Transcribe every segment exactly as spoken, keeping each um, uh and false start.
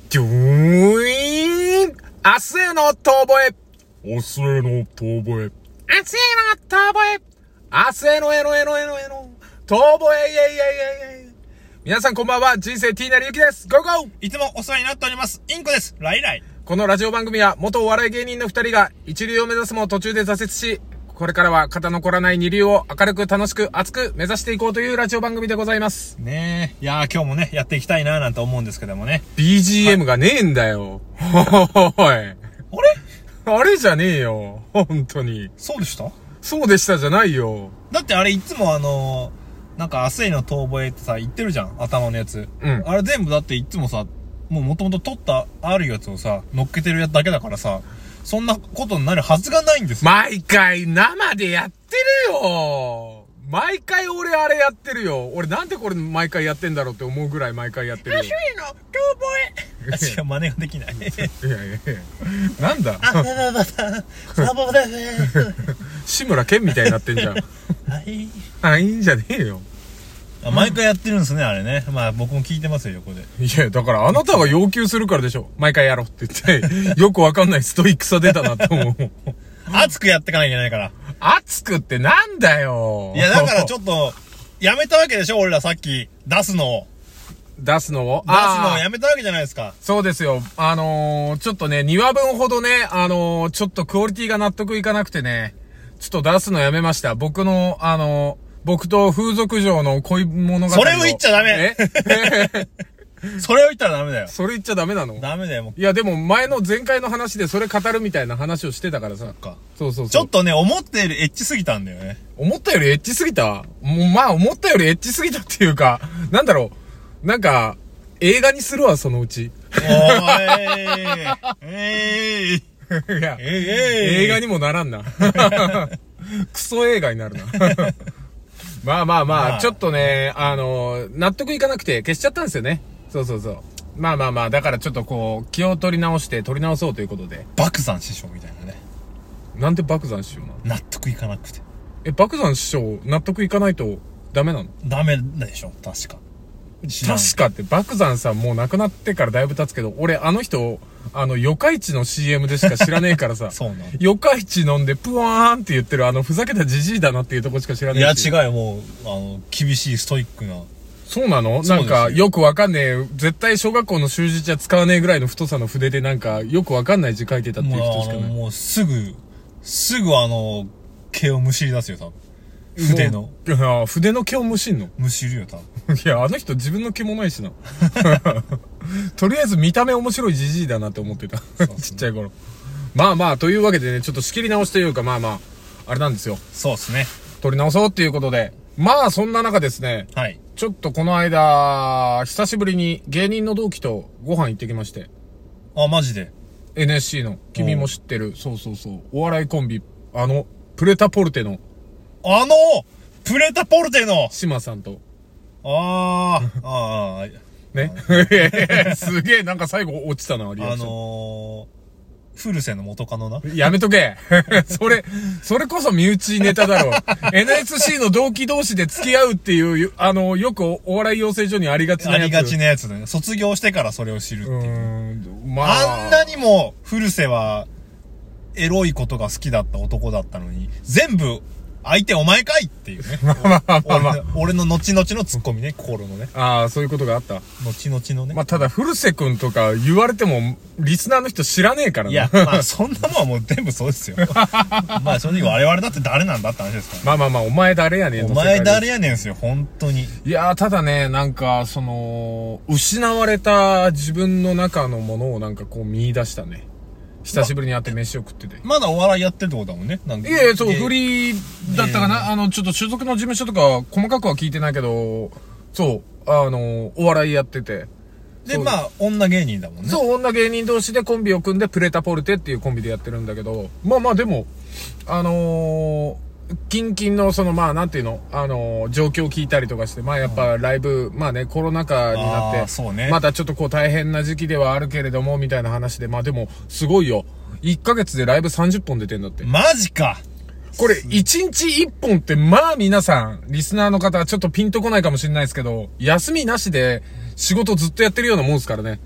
ドゥーイン明日への遠吠え明日への遠吠え明日への遠吠え明日へのえのえのえのえの遠吠えイェイイェイイェイイェイ。皆さんこんばんは、人生 T なりゆきです。ゴーゴー。 いつもお世話になっております、インコです。ライライ。 このラジオ番組は元お笑い芸人の二人が一流を目指すも途中で挫折し、これからは肩残らない二流を明るく楽しく熱く目指していこうというラジオ番組でございます。 ねえ。いやー今日もね、やっていきたいなーなんて思うんですけどもね。 ビージーエム がねえんだよ。おい。あれあれじゃねえよ。本当に。 そうでした？ そうでしたじゃないよ。 だってあれいつもあのー、なんか明日への遠吠えってさ、言ってるじゃん。頭のやつ。 うん。 あれ全部だっていつもさ、もう元々取ったあるやつをさ、乗っけてるやつだけだからさ、そんなことになるはずがないんですよ。 毎回生でやってるよ。毎回俺あれやってるよ。俺なんでこれ毎回やってんだろうって思うぐらい毎回やってるよ。 明日への遠吠え。あ、違う、真似ができない。いやいやいや。なんだあ、だだだだ、サボだね。 志村けんみたいになってんじゃん。 はい。 あ、いいんじゃねえよ。 あ、毎回やってるんですね、あれね。まあ僕も聞いてますよ、横で。 いや、だからあなたが要求するからでしょ。毎回やろうって言って、よくわかんないストイックさ出たなって思う。 熱くやってかなきゃいけないから。 熱くってなんだよ。 いや、だからちょっと、やめたわけでしょ、俺らさっき。出すのを。 出すのを出すのをやめたわけじゃないですか。 そうですよ。あのー、ちょっとね、にわぶんほどね、あのー、ちょっとクオリティが納得いかなくてね、ちょっと出すのやめました。僕の、あのー、僕と風俗嬢の恋物語を。 それを言っちゃダメ。 えそれを言ったらダメだよ。 それ言っちゃダメなの？ ダメだよ、もう。 いや、でも前の前回の話でそれ語るみたいな話をしてたからさ。 そっか。 そうそうそう。 ちょっとね、思っているエッチすぎたんだよね。 思ったよりエッチすぎた？もう、まあ思ったよりエッチすぎたっていうか、なんだろう。なんか、映画にするわ、そのうち。 おーい。えーい。 いや、 えー、えー、 映画にもならんな。クソ映画になるな。まあまあまあ、 まあちょっとね、あの、納得いかなくて消しちゃったんですよね。そうそうそう。まあまあまあ、だからちょっとこう、気を取り直して取り直そうということで。 爆山師匠みたいなね。 なんで爆山師匠なの？ 納得いかなくて。 え、爆山師匠、納得いかないとダメなの？ ダメでしょ、確か。 確かって、爆山さんもう亡くなってからだいぶ経つけど、俺あの人、あの、四日市の シーエム でしか知らねえからさ。 そうなの。 四日市飲んでプワーンって言ってるあの、ふざけたジジイだなっていうとこしか知らねえし。 いや違うよ、もう、あの、厳しいストイックな。 そうなの？ そうですよなんか、よくわかんねえ、絶対小学校の習字じゃ使わねえぐらいの太さの筆でなんか、よくわかんない字書いてたっていう人しかない。 もう、もうすぐ、すぐあの、毛をむしり出すよ、多分。筆の。 いや、筆の毛をむしんの？ むしるよ、多分。 いや、あの人自分の毛もないしな。とりあえず見た目面白いジジイだなって思ってた。ちっちゃい頃。まあまあ、というわけでね、ちょっと仕切り直しというか、まあまあ、あれなんですよ。 そうですね。 取り直そうっていうことで。まあ、そんな中ですね。 はい。 ちょっとこの間、久しぶりに芸人の同期とご飯行ってきまして。 あ、マジで。 エヌエスシー の、君も知ってる、そうそうそう、お笑いコンビ、あの、プレタポルテの、 あの、プレタポルテの、 島さんと、 あー、あー、 ね。すげえ、なんか最後落ちたな、リアあクション。 のー、古瀬の元カノな。 やめとけ。それ、それこそ身内ネタだろ。エヌエスシー の同期同士で付き合うっていう、あの、よくお笑い養成所にありがちなやつ。 ありがちなやつだね。卒業してからそれを知るっていう。 うーん、まあ。 あんなにも古瀬は、エロいことが好きだった男だったのに、全部、相手お前かいっていうね。 まあまあまあまあ。 俺の後々のツッコミね、心のね。 ああ、そういうことがあった。 後々のね。 まあ、ただ、古瀬くんとか言われても、リスナーの人知らねえからね。 いや、まあ、そんなもんはもう全部そうですよ。まあ、正直我々だって誰なんだって話ですから、ね。 まあまあまあ、お前誰やねんお前誰やねんすよ、本当に。 いやー、ただね、なんか、その、失われた自分の中のものをなんかこう見出したね。久しぶりに会って飯を食ってて。 まだお笑いやってるってことだもんね。なんかいやいや、そう、フリーだったかな。あの、ちょっと所属の事務所とか、細かくは聞いてないけど、そう、あの、お笑いやってて。 で、まあ、女芸人だもんね。 そう、女芸人同士でコンビを組んで、プレタポルテっていうコンビでやってるんだけど、まあまあでも、あのー、キンキンのそのまあなんていうのあのー、状況を聞いたりとかして、まあやっぱライブ、うん、まあねコロナ禍になってそうね、 またちょっとこう大変な時期ではあるけれどもみたいな話で、まあでもすごいよ、いっかげつでライブさんじゅっぽん出てんだって。 マジか。 これいちにちいっぽんってまあ皆さんリスナーの方はちょっとピンとこないかもしれないですけど、休みなしで仕事ずっとやってるようなもんですからね。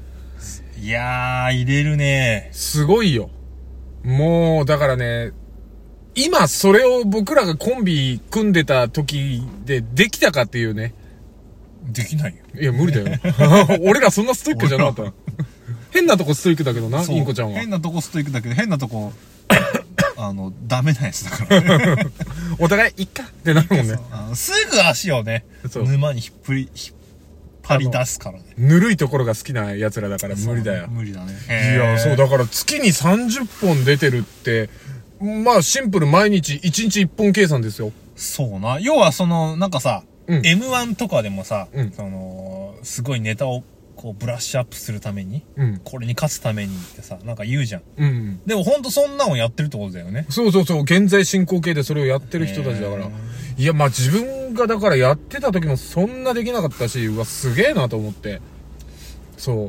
いやー、入れるね。 すごいよ。もう、だからね、今それを僕らがコンビ組んでた時でできたかっていうね。 できないよ。 いや、無理だよ。俺らそんなストイックじゃなかった。変なとこストイックだけどな、インコちゃんは。 変なとこストイックだけど、変なとこ、あの、ダメなやつだからね。 お互い、いっかってなるもんね。 すぐ足をね、沼に引っ張り、引っ張り出すからね。 ぬるいところが好きな奴らだから無理だよ。 無理だね。 いや、そう、だから月にさんじゅっぽん出てるって、まあシンプル毎日いちにちいっぽん計算ですよ。 そうな。要はその、なんかさ、 うん、 エムワン とかでもさ、 うん、 その、すごいネタをこうブラッシュアップするために、 うん、 これに勝つためにってさ、なんか言うじゃん。 うん。 でもほんとそんなのやってるってことだよね。 そうそうそう、現在進行形でそれをやってる人たちだから。いや、まあ自分がだからやってた時もそんなできなかったし、うわ、すげえなと思って。そう。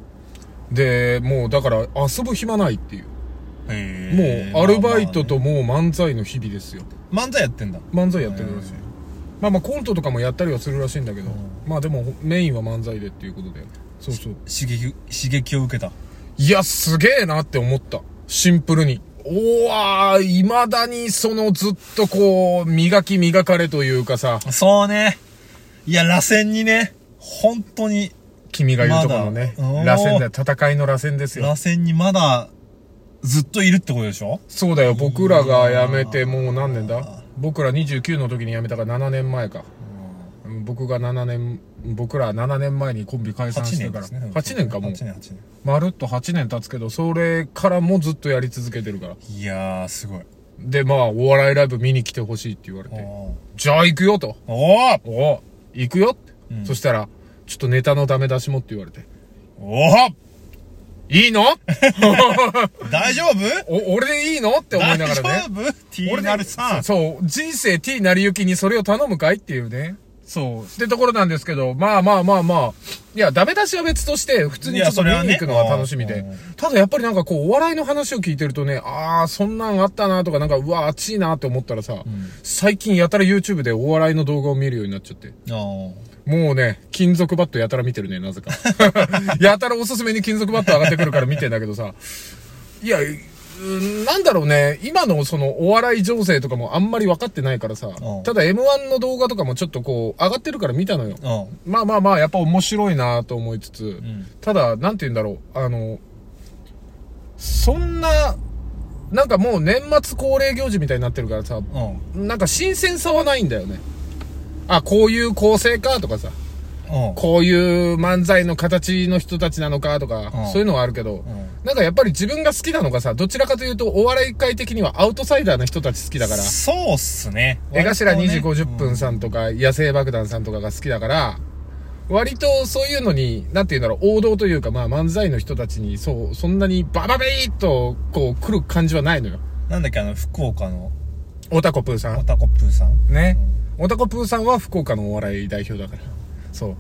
で、もうだから遊ぶ暇ないっていう。もうアルバイトともう漫才の日々ですよ。 漫才やってんだ。 漫才やってるらしい。まあまあコントとかもやったりはするらしいんだけど、まあでもメインは漫才でっていうことで。そうそう。 刺激、刺激を受けた。 いや、すげえなって思った。シンプルに。おわー、未だにそのずっとこう、磨き磨かれというかさ。 そうね。いや、螺旋にね、本当に。 君が言うとこのね、螺旋だよ。戦いの螺旋ですよ。 螺旋にまだ、ずっといるってことでしょ？ そうだよ。僕らが辞めてもう何年だ？僕らにじゅうきゅうの時に辞めたからななねんまえか。僕がななねん、僕らななねんまえにコンビ解散してから。はちねんですね。はちねんかもう。はちねん、はちねん。まるっとはちねん経つけど、それからもずっとやり続けてるから。 いやー、すごい。 で、まあ、お笑いライブ見に来てほしいって言われて。じゃあ行くよと。 おーおー行くよって、うん。そしたら、ちょっとネタのダメ出しもって言われて。 おーいいの大丈夫お、俺でいいのって思いながらね。 大丈夫 ?T なるさん。 そう、人生 T なりゆきにそれを頼むかいっていうね。そう。ってところなんですけど、まあまあまあまあ。いや、ダメ出しは別として、普通にちょっと見に行くのは楽しみで。ね、ただやっぱりなんかこう、お笑いの話を聞いてるとね、ああ、そんなんあったなとか、なんか、うわ、熱いなって思ったらさ、うん、最近やたら YouTube でお笑いの動画を見るようになっちゃって。もうね、金属バットやたら見てるね、なぜか。やたらおすすめに金属バット上がってくるから見てんだけどさ。いや、なんだろうね、今のそのお笑い情勢とかもあんまり分かってないからさ、ただ エムワン の動画とかもちょっとこう上がってるから見たのよ。まあまあまあやっぱ面白いなと思いつつ、うん、ただなんて言うんだろう、あの、そんな、なんかもう年末恒例行事みたいになってるからさ、なんか新鮮さはないんだよね。あ、こういう構成かとかさ、こういう漫才の形の人たちなのかとか、そういうのはあるけど、なんかやっぱり自分が好きなのがさ、どちらかというとお笑い界的にはアウトサイダーな人たち好きだから。 そうっすね。 江頭にじごじゅっぷんさんとか、野生爆弾さんとかが好きだから、割とそういうのに、なんて言うんだろう、王道というか、まあ漫才の人たちに、そう、そんなにババベーっと、こう来る感じはないのよ。 なんだっけ、あの、福岡の。 おたこぷーさん。 おたこぷーさん。 ね。おたこぷーさんは福岡のお笑い代表だから。そう。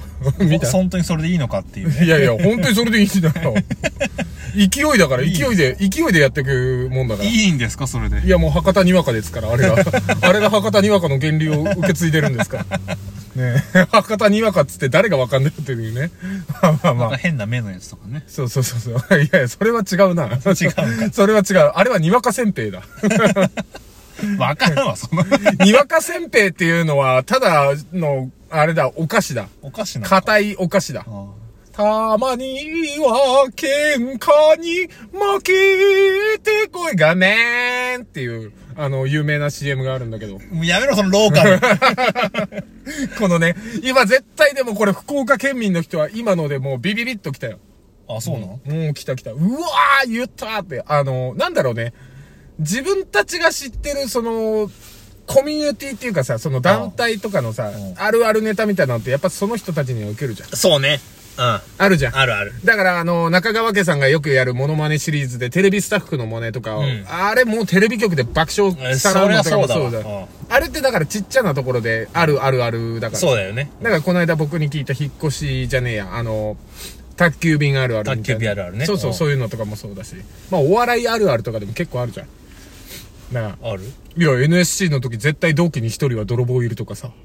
見た？ 本当にそれでいいのかっていう、ね。 いやいや、本当にそれでいいんだよ。勢いだから、勢いで、勢いでやっていくもんだから。 いいんですか、それで。 いや、もう博多にわかですから、あれが。あれが博多にわかの源流を受け継いでるんですから。ねえ。博多にわかっつって誰がわかんないっていうね。まあまあまあ。 なんか変な目のやつとかね。 そうそうそうそう。いやいや、それは違うな。違うか。それは違う。あれはにわかせんべいだ。 わかんわ、その。 にわかせんべいっていうのは、ただの、あれだ、お菓子だ。 お菓子なの？ 硬いお菓子だ。たまには喧嘩に負けてこいがねーんっていう、あの、有名な シーエム があるんだけど。 もうやめろ、そのローカル。 このね、今絶対でもこれ福岡県民の人は今のでもうビビビッと来たよ。 あ、そうなの？ もう来た来た。うわー言ったーって、あの、なんだろうね。自分たちが知ってる、その、コミュニティっていうかさ、その団体とかのさ、あるあるネタみたいなのってやっぱその人たちには受けるじゃん。 そうね。うん。 あるじゃん。 あるある。 だからあの、中川家さんがよくやるモノマネシリーズでテレビスタッフのモネとかを、うん、あれもうテレビ局で爆笑したらうのとかもそうだ。あれってだからちっちゃなところであるあるあるだから。 そうだよね。 だからこの間僕に聞いた引っ越しじゃねえや、あの、宅急便あるあるみたいな。 宅急便あるあるね。 そうそう、そういうのとかもそうだし。まあお笑いあるあるとかでも結構あるじゃん。なあ。 ある？ いや、エヌエスシー の時絶対同期に一人は泥棒いるとかさ。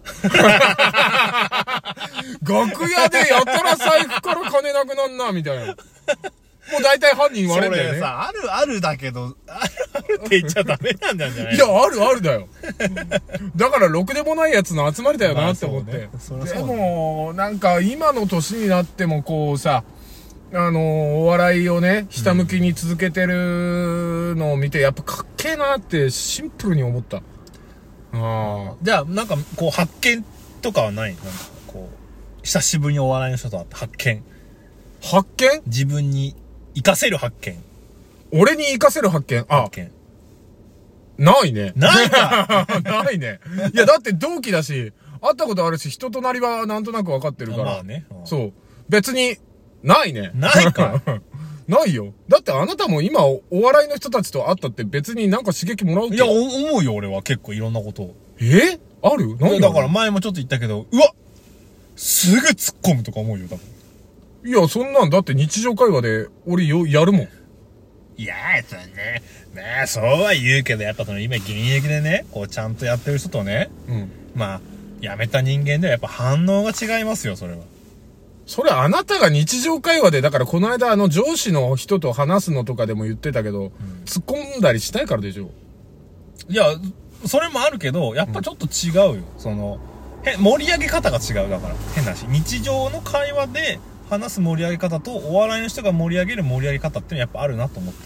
楽屋でやたら財布から金なくなんな、みたいな。 う大体犯人言われるんだよね。 それさ、あるあるだけど、あるあるって言っちゃダメなんじゃないいや、あるあるだよ。だから、ろくでもないやつの集まりだよなって思って。 まあそうね、そりゃでそうねも、なんか、今の年になっても、こうさ、あの、お笑いをね、ひたむきに続けてるのを見て、やっぱかっけえなってシンプルに思った。ああ。 じゃあ、なんか、こう、発見とかはないなんか、こう、久しぶりにお笑いの人と会って発見。 発見？ 自分に活かせる発見。 俺に活かせる発見？あ、 発見。 ないね。 ないかないね。いや、だって同期だし、会ったことあるし、人となりはなんとなく分かってるから。 まあね。 そう。別に、ないね。 ないかないよ。だってあなたも今お、お笑いの人たちと会ったって別になんか刺激もらうけいや、思うよ、俺は結構いろんなことを。 えある何だから前もちょっと言ったけど、うわすぐ突っ込むとか思うよ、多分。 いや、そんなんだって日常会話で俺よ、やるもん。 いやー、それね、まあ、そうは言うけど、やっぱその今現役でね、こうちゃんとやってる人とね、 うん。 まあ、辞めた人間ではやっぱ反応が違いますよ、それは。 それあなたが日常会話で、だからこの間あの上司の人と話すのとかでも言ってたけど、うん、突っ込んだりしないからでしょ。 いや、それもあるけど、やっぱちょっと違うよ。うん、その、へ、盛り上げ方が違うだから。変な話。日常の会話で話す盛り上げ方と、お笑いの人が盛り上げる盛り上げ方ってのはやっぱあるなと思った。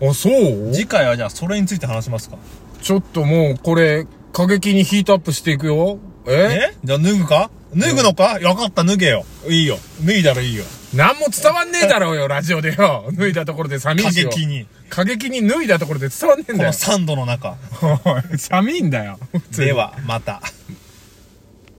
あ、そう次回はじゃあそれについて話しますか。 ちょっともう、これ、過激にヒートアップしていくよ。ええじゃあ脱ぐか脱ぐのか、うん、よかった、脱げよ。いいよ。脱いだらいいよ。 なんも伝わんねえだろうよ、ラジオでよ。脱いだところで寒いしよ。 過激に。 過激に脱いだところで伝わんねえんだよ。 このサンドの中。 寒いんだよ。 では、また。